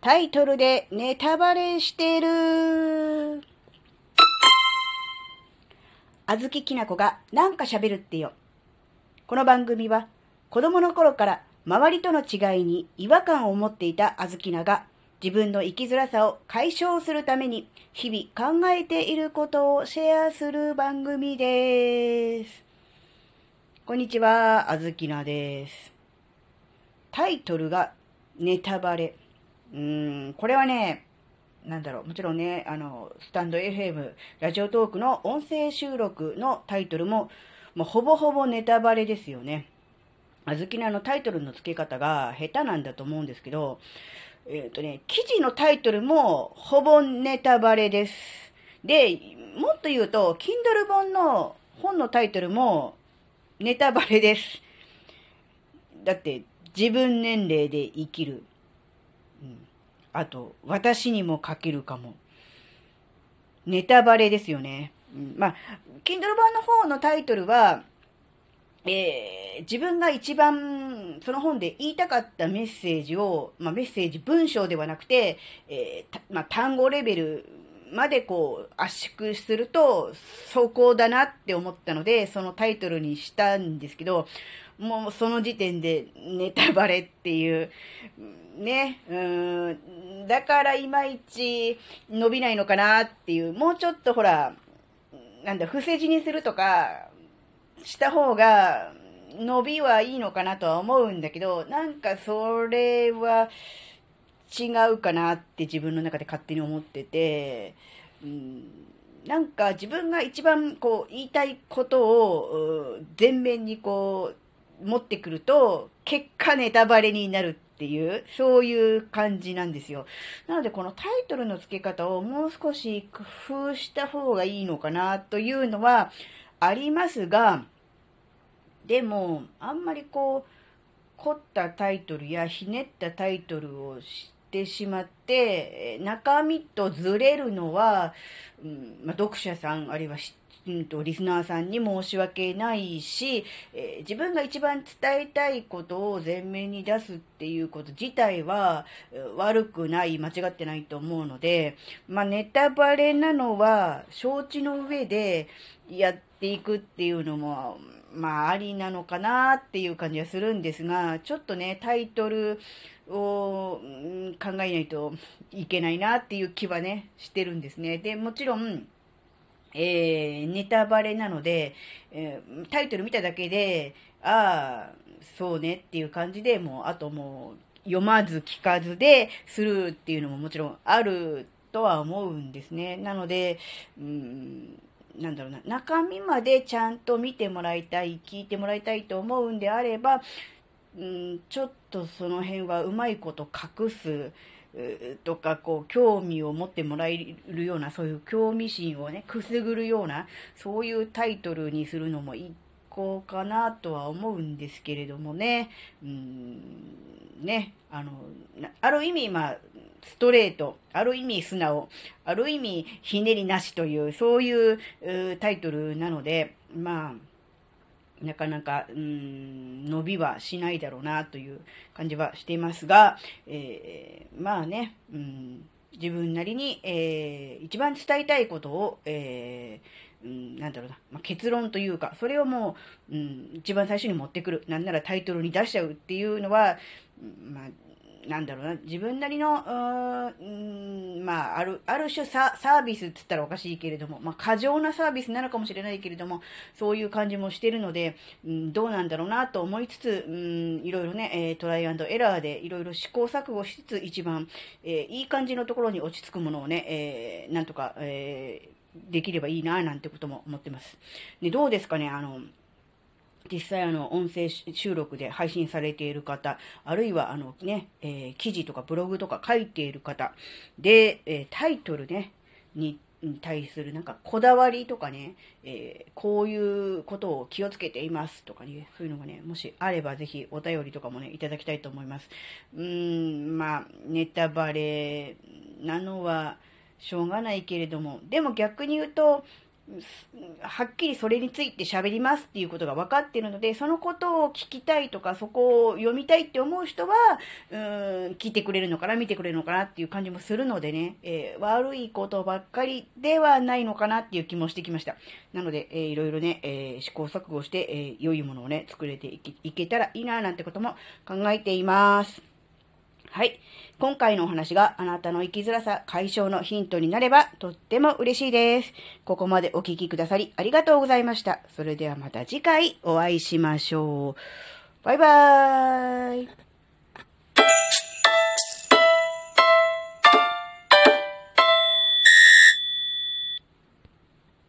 タイトルでネタバレしてる。あずききなこがなんか喋るってよ。この番組は子供の頃から周りとの違いに違和感を持っていたあずきなが自分の生きづらさを解消するために日々考えていることをシェアする番組です。こんにちは、あずきなです。タイトルがネタバレ。これはね、もちろんね、スタンド FM、ラジオトークの音声収録のタイトルも、ほぼほぼネタバレですよね。あずきなのタイトルの付け方が下手なんだと思うんですけど、記事のタイトルもほぼネタバレです。で、もっと言うと、Kindle 本の本のタイトルもネタバレです。だって、自分年齢で生きる。あと、私にも書けるかも。ネタバレですよね。Kindle 版の方のタイトルは、自分が一番その本で言いたかったメッセージを、メッセージ文章ではなくて、単語レベルまで圧縮すると、そこだなって思ったので、そのタイトルにしたんですけど、もうその時点でネタバレっていう、ね、だからいまいち伸びないのかなっていう、もうちょっとほら、伏せ字にするとか、した方が伸びはいいのかなとは思うんだけど、それは違うかなって自分の中で勝手に思ってて、自分が一番言いたいことを前面に持ってくると、結果ネタバレになるっていう、そういう感じなんですよ。なのでこのタイトルの付け方をもう少し工夫した方がいいのかなというのはありますが、でも、あんまり凝ったタイトルやひねったタイトルをしてしまって、中身とずれるのは、読者さん、あるいはリスナーさんに申し訳ないし、自分が一番伝えたいことを前面に出すっていうこと自体は悪くない、間違ってないと思うので、ネタバレなのは承知の上でやっていくっていうのも、ありなのかなっていう感じはするんですが、ちょっとね、タイトルを考えないといけないなっていう気はね、してるんですね。で、もちろん、ネタバレなので、タイトル見ただけで、ああ、そうねっていう感じで、あともう、読まず聞かずでスルーっていうのももちろんあるとは思うんですね。なので、中身までちゃんと見てもらいたい、聞いてもらいたいと思うんであれば、ちょっとその辺はうまいこと隠すとか、興味を持ってもらえるような、そういう興味心をね、くすぐるような、そういうタイトルにするのも一個かなとは思うんですけれどもね、ある意味、ストレート、ある意味素直、ある意味ひねりなしという、そういうタイトルなので、なかなか、伸びはしないだろうなという感じはしていますが、自分なりに、一番伝えたいことを、結論というか、それをもう、一番最初に持ってくる。なんならタイトルに出しちゃうっていうのは、自分なりの、ある種サービスって言ったらおかしいけれども、過剰なサービスなのかもしれないけれども、そういう感じもしてるので、どうなんだろうなと思いつつ、いろいろね、トライアンドエラーでいろいろ試行錯誤しつつ、一番、いい感じのところに落ち着くものをね、なんとか、できればいいな、なんてことも思ってます。で、どうですかね、実際音声収録で配信されている方、あるいは記事とかブログとか書いている方で、タイトルね、に対するこだわりとかね、こういうことを気をつけていますとかね、そういうのがね、もしあればぜひお便りとかもね、いただきたいと思います。ネタバレなのはしょうがないけれども、でも逆に言うと、 はっきりそれについて喋りますっていうことが分かっているので、そのことを聞きたいとか、そこを読みたいって思う人は、聞いてくれるのかな、見てくれるのかなっていう感じもするのでね、悪いことばっかりではないのかなっていう気もしてきました。なので、いろいろね、試行錯誤して、良いものをね、作れていけたらいいな、なんてことも考えています。はい。今回のお話があなたの生きづらさ解消のヒントになればとっても嬉しいです。ここまでお聞きくださりありがとうございました。それではまた次回お会いしましょう。バイバーイ。